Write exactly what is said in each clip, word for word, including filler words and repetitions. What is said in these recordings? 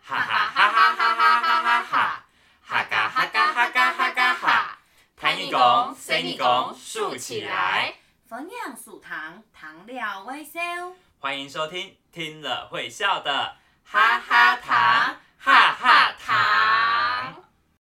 哈哈哈哈哈哈哈哈哈，哈嘎哈嘎哈嘎哈嘎哈，弹一弓，伸一弓，竖起来， 分享素糖，糖了微笑。 欢迎收听听了会笑的哈哈糖，哈哈糖。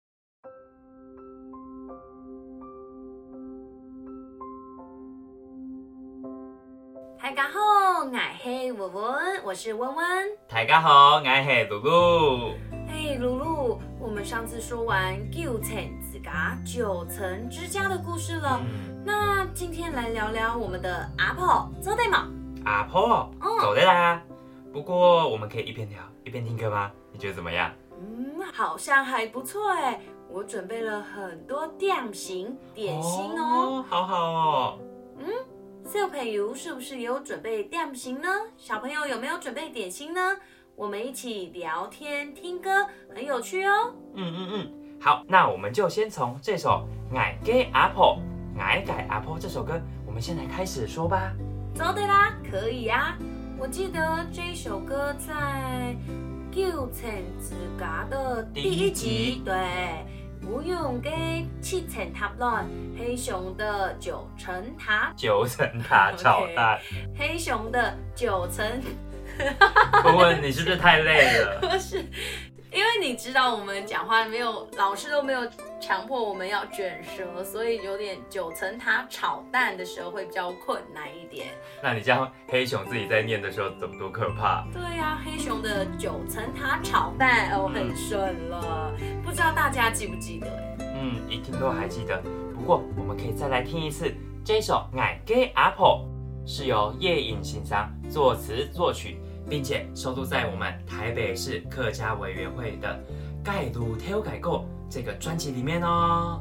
大家好，我是文文，我是温温。 大家好，我是露露。 哎，露露，我们上次说完九层之家、九层之家的故事了，嗯、那今天来聊聊我们的阿婆，做对吗？ 阿婆，嗯，走对啦。不过我们可以一边聊一边听歌吗？你觉得怎么样？ 嗯，好像还不错哎。我准备了很多点心点心哦， 哦好好哦。 嗯。小朋友是不是有准备点心呢？小朋友有没有准备点心呢？我们一起聊天听歌，很有趣哦。 嗯嗯嗯，好，那我们就先从这首《爱给阿婆》《爱给阿婆》这首歌，我们先来开始说吧。 走对啦，可以呀、啊。我记得这一首歌在九层之家的第一集，对。不用给七层塔乱，黑熊的九层塔， 九层塔炒蛋， okay, 黑熊的九层。 问问你是不是太累了？ 不是，因为你知道我们讲话没有，老师都没有强迫我们要卷舌，所以有点九层塔炒蛋的时候会比较困难一点。 那你这样黑熊自己在念的时候怎么多可怕？ 对呀、啊，黑熊的九层塔炒蛋哦，很顺了。嗯、不知道大家记不记得？ 嗯，一定都还记得。不过我们可以再来听一次这首《爱给阿婆》，是由叶颖欣赏作词作曲，并且收录在我们台北市客家委员会的《盖路挑改购》这个专辑里面哦。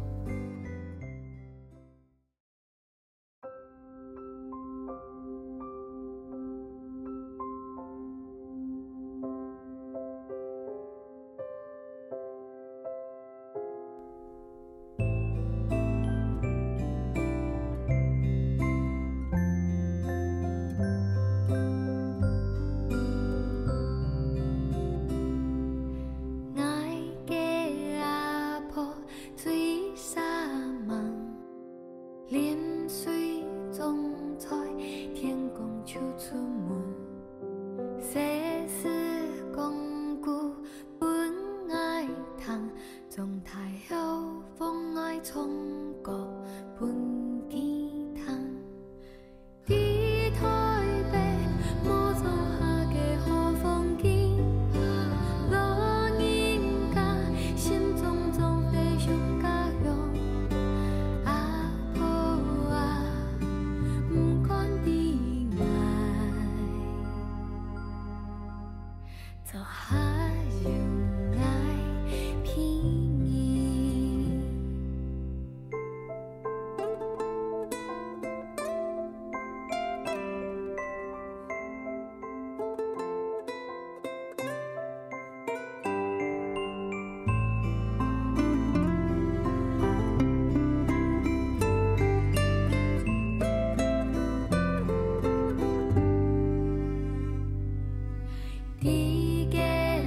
你给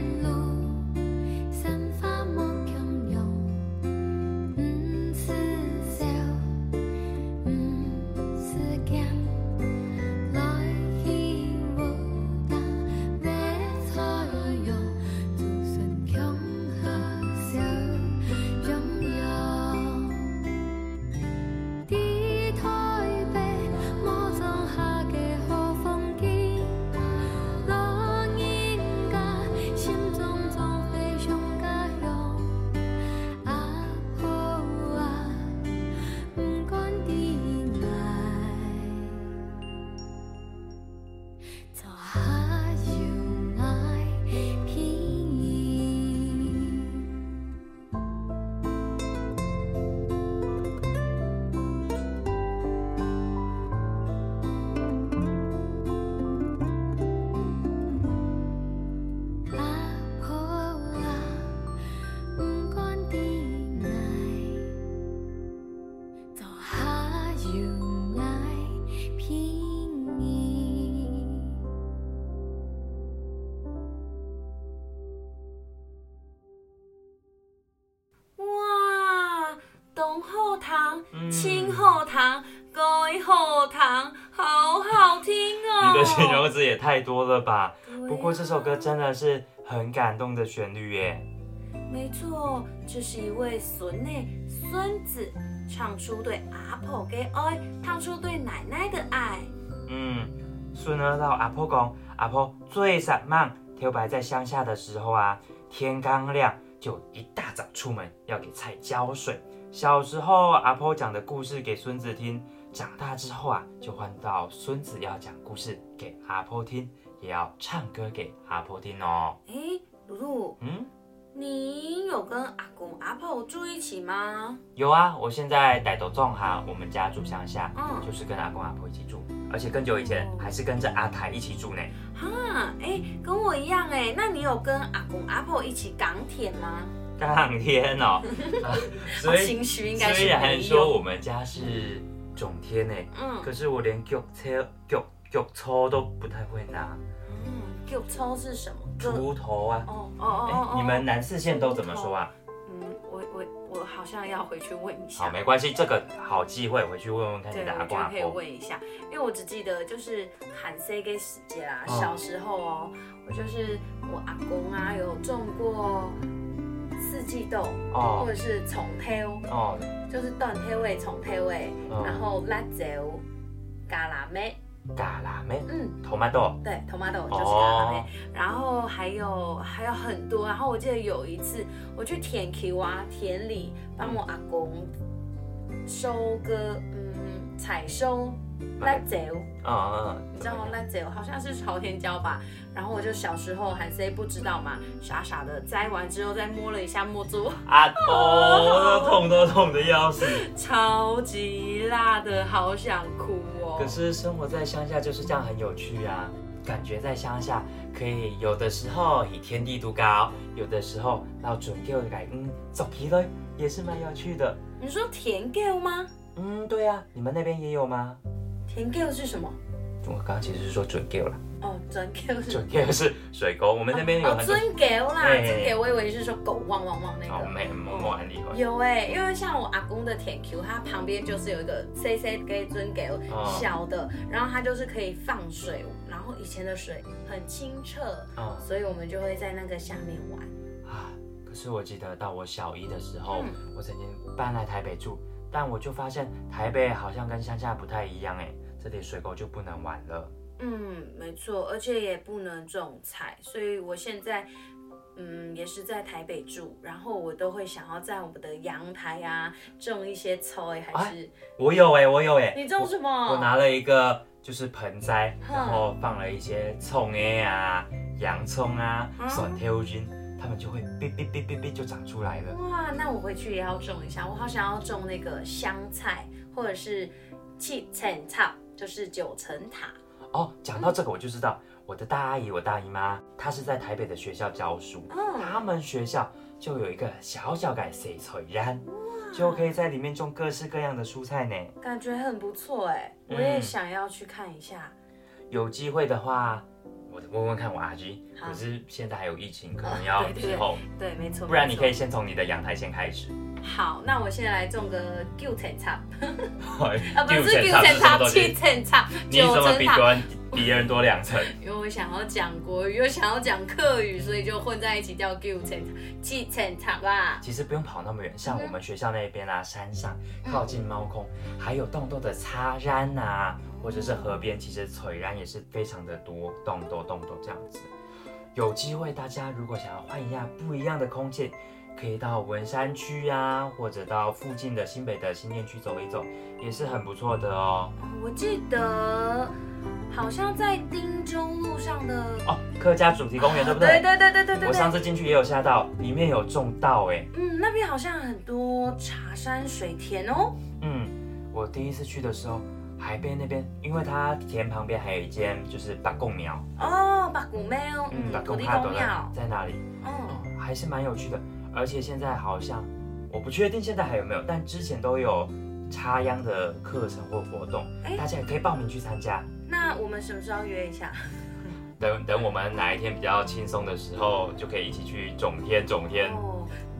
青后堂、改后堂，好好听哦。 你的形容词也太多了吧？不过这首歌真的是很感动的旋律耶。 没错，这是一位孙的孙子唱出对阿婆的爱，唱出对奶奶的爱。 嗯，孙儿到阿婆讲，阿婆最善忙，特别在乡下的时候啊，天刚亮就一大早出门要给菜浇水。小时候阿婆讲的故事给孙子听，长大之后啊，就换到孙子要讲故事给阿婆听，也要唱歌给阿婆听哦。 哎，露露，嗯。你有跟阿公阿婆住一起吗？ 有啊，我现在带头种哈，我们家住乡下，嗯，就是跟阿公阿婆一起住，而且更久以前还是跟着阿台一起住呢。 哈，哎，跟我一样哎，那你有跟阿公阿婆一起耕田吗？ 耕田哦， 好心虚，应该是虽然说我们家是种田呢，嗯，可是我连脚车脚脚锄都不太会拿。 嗯，脚锄是什么？ 锄头啊！ 哦哦哦哦！ 你们南四县都怎么说啊？ 嗯，我我我好像要回去问一下。 好，没关系，这个好机会，回去问问看你的阿公阿婆。 对，我可以问一下，因为我只记得就是喊 C 给时间啦。小时候哦，我就是我阿公啊，有种过四季豆，哦，或者是葱头，哦，就是断头位、葱头位，然后辣椒、咖喱妹。 咖喱妹，嗯 ，tomato， 对 ，tomato 就是咖喱妹，然后还有还有很多，然后我记得有一次我去田 Q 啊，田里帮我阿公收割，嗯，采收辣椒，嗯嗯，你知道辣椒好像是朝天椒吧？然后我就小时候还 C 不知道嘛，傻傻的摘完之后再摸了一下摸珠， 啊哦，痛都痛的要死， 超级辣的，好想哭哦。 可是生活在乡下就是这样很有趣啊，感觉在乡下可以有的时候以天地都高，有的时候到准狗改嗯走起来也是蛮有趣的。 你说田狗吗？ 嗯，对啊，你们那边也有吗？ 田狗是什么？ 我刚刚其实是说准狗啦。 哦，准狗是准狗是水沟，我们那边有很多。 哦，准狗啦，准狗我以为是说狗汪汪汪那个。 哦，没，没没很厉害。 有哎，因为像我阿公的田 Q， 它旁边就是有一个 C C 给准狗小的，然后它就是可以放水，然后以前的水很清澈，哦，所以我们就会在那个下面玩。 啊，可是我记得到我小一的时候，嗯，我曾经搬来台北住，但我就发现台北好像跟乡下不太一样哎，这里水沟就不能玩了。 嗯，没错，而且也不能种菜，所以我现在，嗯，也是在台北住，然后我都会想要在我们的阳台啊种一些菜，还是、哎、 我有哎、欸，我有哎、欸， 你种什么我？我拿了一个就是盆栽，然后放了一些葱哎啊、洋葱啊、蒜头菌，它们就会哔哔哔哔哔就长出来了。 哇，那我回去也要种一下，我好想要种那个香菜，或者是七层草，就是九层塔。 哦，讲到这个我就知道，我的大阿姨、我大姨妈，她是在台北的学校教书，嗯，他们学校就有一个小小改水菜园，就可以在里面种各式各样的蔬菜呢， 感觉很不错哎，我也想要去看一下。 嗯、有机会的话，我问问看我阿姨，可是现在还有疫情，可能要之后， 哦、对, 对, 对，没错， 不然你可以先从你的阳台先开始。 好，那我现在来种个九层塔， 啊不是九层塔， 七层塔， 你怎么比别人比别人多两层？ 因为我想要讲国语，又想要讲客语，所以就混在一起叫九层塔、七层塔吧。 其实不用跑那么远，像我们学校那边啊，山上靠近猫空，还有洞洞的插秧啊，或者是河边，其实水秧也是非常的多，洞洞洞洞这样子。有机会大家如果想要换一下不一样的空气，可以到文山区啊，或者到附近的新北的新店区走一走，也是很不错的哦。 我记得好像在汀州路上的哦，客家主题公园对不对？ 对对对对对对。 我上次进去也有吓到，里面有种稻哎。 嗯，那边好像很多茶山水田哦。 嗯，我第一次去的时候，海边那边，因为它田旁边还有一间就是八公庙。 哦，八公庙，嗯， 八公庙在那里。哦，还是蛮有趣的。而且现在好像，我不确定现在还有没有，但之前都有插秧的课程或活动，大家也可以报名去参加。 那我们什么时候约一下？ 等等我们哪一天比较轻松的时候，就可以一起去种田种田。 哦，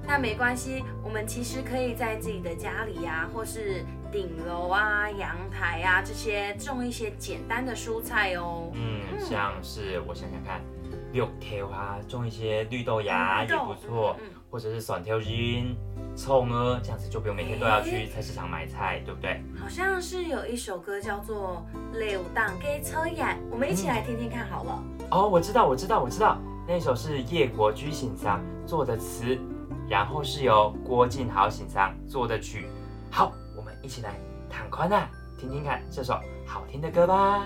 但没关系，我们其实可以在自己的家里啊，或是顶楼啊、阳台啊这些种一些简单的蔬菜哦。 嗯，像是我想想看，绿豆啊，种一些绿豆芽也不错，嗯嗯嗯、或者是蒜头仁、葱呢，这样子就不用每天都要去菜市场买菜，对不对？ 好像是有一首歌叫做《柳当给车眼》，我们一起来听听看好了。 嗯、哦，我知道，我知道，我知道，那首是叶国居先生做的词，然后是由郭敬豪先生做的曲。好，我们一起来躺宽啊，听听看这首好听的歌吧。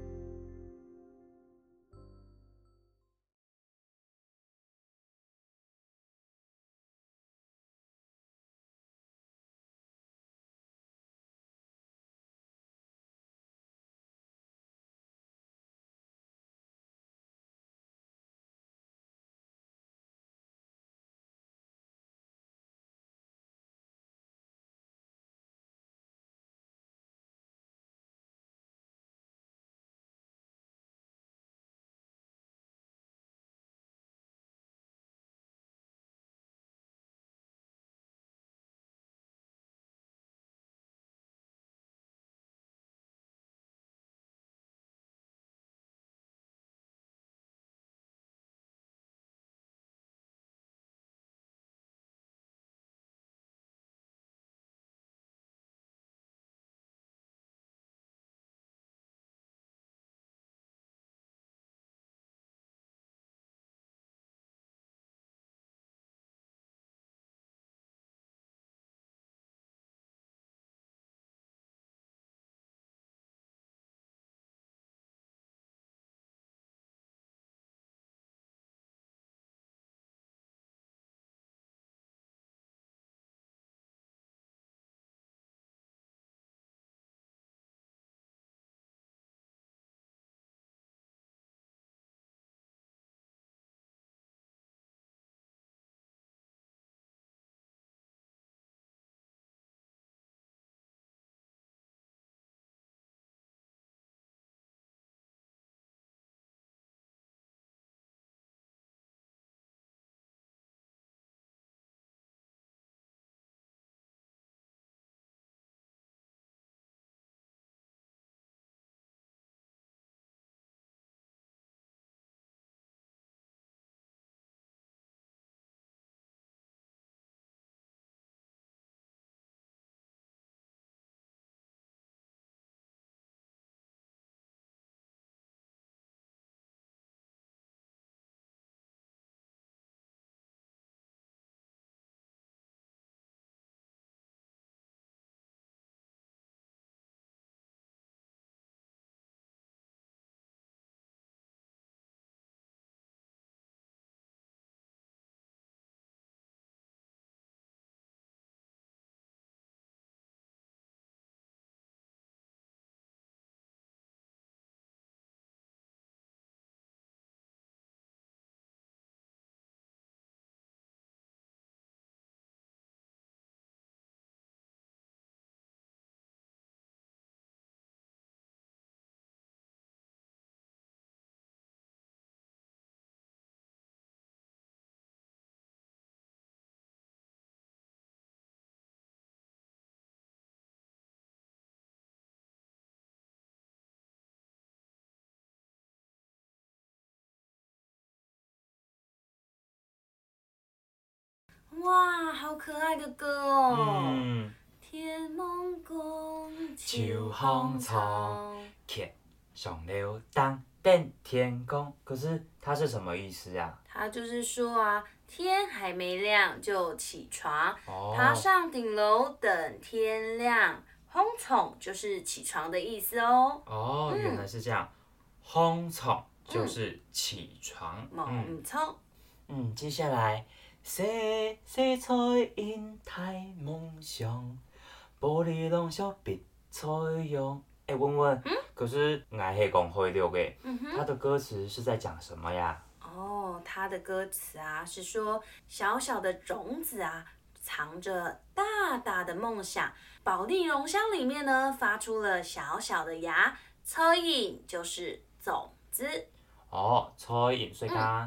哇，好可爱的歌哦！ 嗯， 天蒙公， 秋风从，天上流当变天公。可是它是什么意思啊？ 它就是说啊，天还没亮就起床， 哦、 爬上顶楼等天亮。哄宠就是起床的意思哦。 哦，原来是这样。哄宠就是起床。 嗯，错。 嗯，接下来。细细菜因太梦想，玻璃拢小别采用。哎，问问，嗯、可是爱黑讲会六个，嗯、它的歌词是在讲什么呀？ 哦，它的歌词啊是说，小小的种子啊，藏着大大的梦想，保利龙箱里面呢发出了小小的芽，蚯蚓就是种子。 哦，蚯蚓，所以它。嗯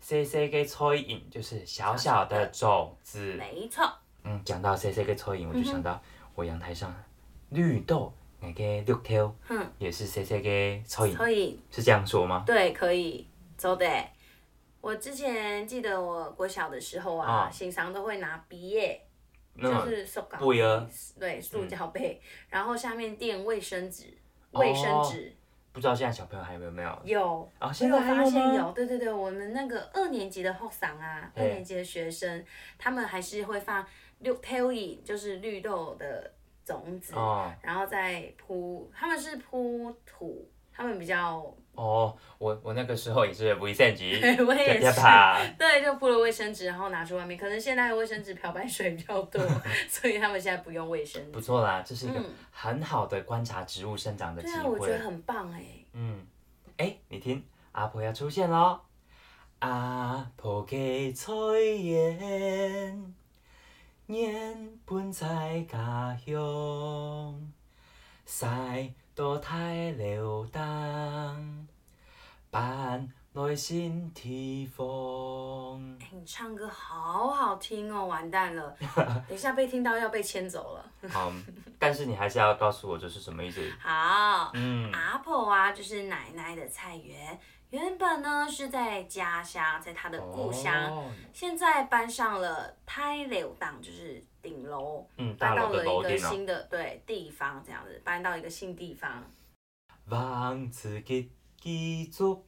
细细嘅菜影就是小小的种子。 没错。 嗯，讲到细细嘅菜影，我就想到我阳台上绿豆那个绿豆，嗯，也是细细嘅菜影。 菜影是这样说吗？ 对，可以，走的。我之前记得我国小的时候啊， 哦、 平常都会拿笔叶。就是塑胶杯啊， 对，塑胶杯，嗯、然后下面垫卫生纸，卫生纸。 哦、不知道现在小朋友还有没有？ 有， 哦，现在还有吗？ 我有发现有，对对对，我们那个二年级的后生啊，二年级的学生，他们还是会放绿豆影，就是绿豆的种子，哦、然后再铺，他们是铺土，他们比较。 哦，我我那个时候也是卫生纸， 我也是，对，就铺了卫生纸，然后拿去外面。可能现在的卫生纸漂白水比较多，所以他们现在不用卫生纸。 不错啦，这是一个很好的观察植物生长的机会。 对啊，我觉得很棒哎。 嗯，哎，你听，阿婆要出现咯。阿婆嘅菜园，年本在家乡，晒到太流荡。伴来新地方。 哎，你唱歌好好听哦，完蛋了，等一下被听到要被牵走了。 好，但是你还是要告诉我这是什么意思。 好，嗯，阿婆啊，就是奶奶的菜园，原本呢是在家乡，在她的故乡，哦、现在搬上了太楼档，就是顶楼， 嗯， 搬到了一个新的对地方，这样子，搬到一个新地方。 望自己。记住，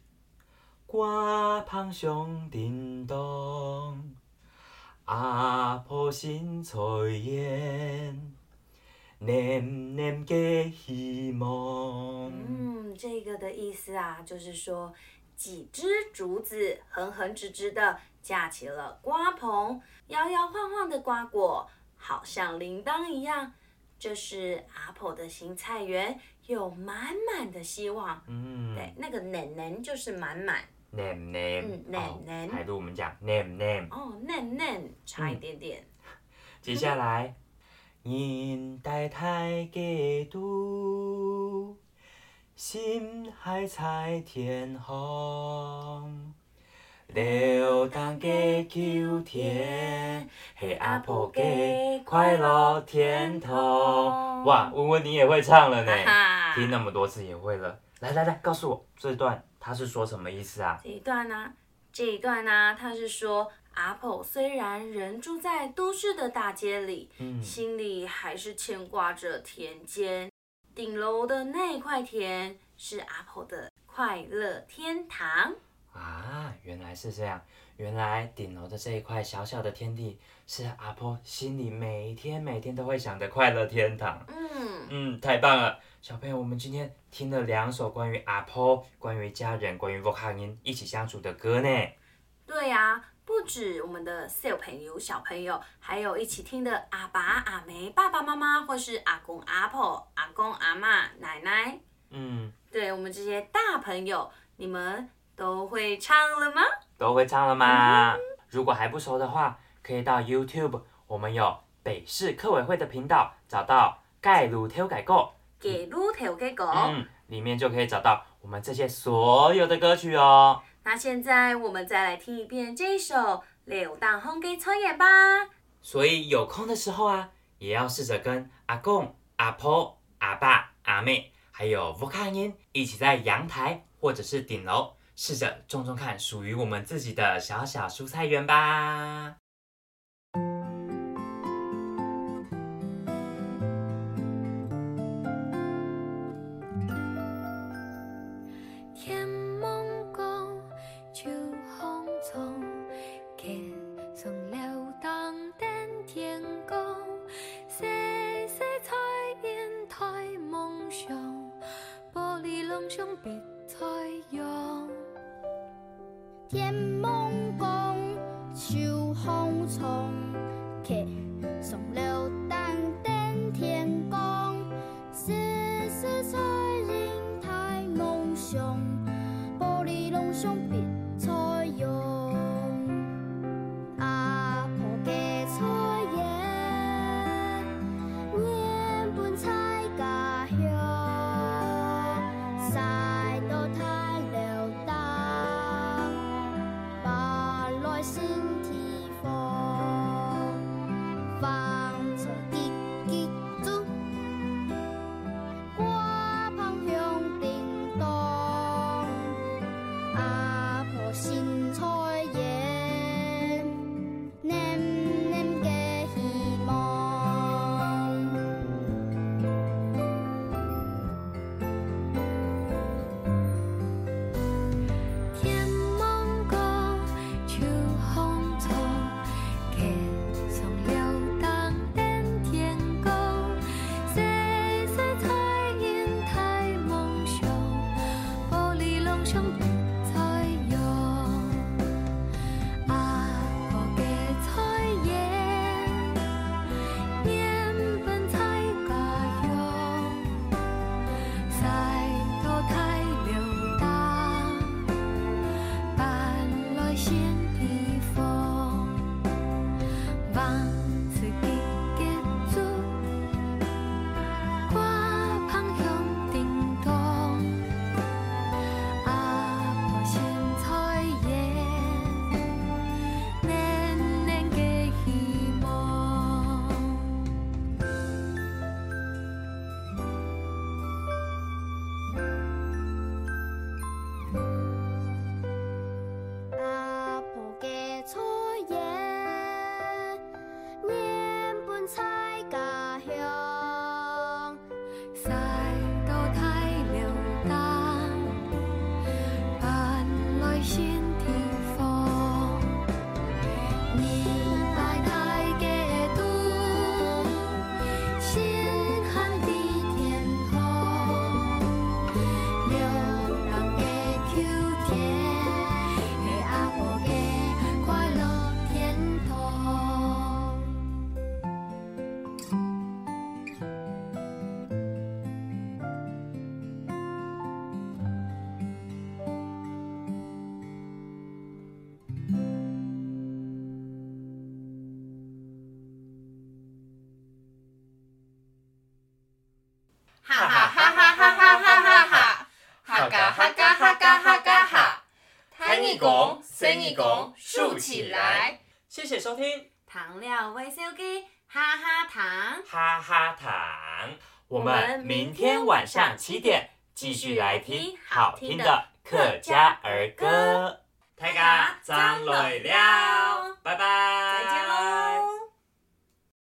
歌旁上叮当，阿婆新菜园，念念嘅希望。嗯，这个的意思啊，就是说几只竹子横横直直的架起了瓜棚，摇摇晃晃的瓜果，好像铃铛一样。这是阿婆的新菜园，有满满的希望。嗯，对，那个嫩嫩就是满满。嫩嫩，嗯，嫩嫩。海陆我们讲嫩嫩。哦，嫩嫩，差一点点。嗯、接下来，人大太嘅都，心海彩天空。流荡嘅秋天，係阿婆嘅快樂天堂。哇，文文你也會唱了呢，聽那麼多次也會了。來來來，告訴我這段他是說什麼意思啊？這一段呢、啊，這一段呢、啊，他是說阿婆雖然人住在都市的大街裡，嗯、心裡還是牽掛着田間頂樓的那塊田，是阿婆的快樂天堂。啊，原来是这样。原来顶楼的这一块小小的天地，是阿婆心里每天每天都会想的快乐天堂。嗯嗯，太棒了，小朋友，我们今天听了两首关于阿婆、关于家人、关于福康音一起相处的歌呢。对呀、啊，不止我们的小朋友、小朋友，还有一起听的阿爸、阿妹、爸爸妈妈，或是阿公、阿婆、阿公、阿嬷、奶奶。嗯，对我们这些大朋友，你们。都会唱了吗？都会唱了吗？嗯、如果还不熟的话，可以到 YouTube， 我们有北市客委会的频道，找到盖鲁跳改歌，盖鲁跳改歌，嗯，里面就可以找到我们这些所有的歌曲哦。那现在我们再来听一遍这一首《流荡红给草原》吧。所以有空的时候啊，也要试着跟阿公、阿婆、阿爸、阿妹，还有福康音一起在阳台或者是顶楼。试着种种看属于我们自己的小小蔬菜园吧。天蒙光，秋风从，天上流荡等天光，细细菜园太梦想，玻璃冷上别采用。天蒙光，秋风从，客上流荡等天光。细细菜园太梦想，玻璃拢上别采用。阿婆嘅菜园，原本在家乡，晒到太流荡。 等于公竖起来。 谢谢收听糖料微笑鸡哈哈糖， 哈哈糖。我们明天晚上七点继续来听好听的客家儿歌。大家张累了，拜拜， 再见。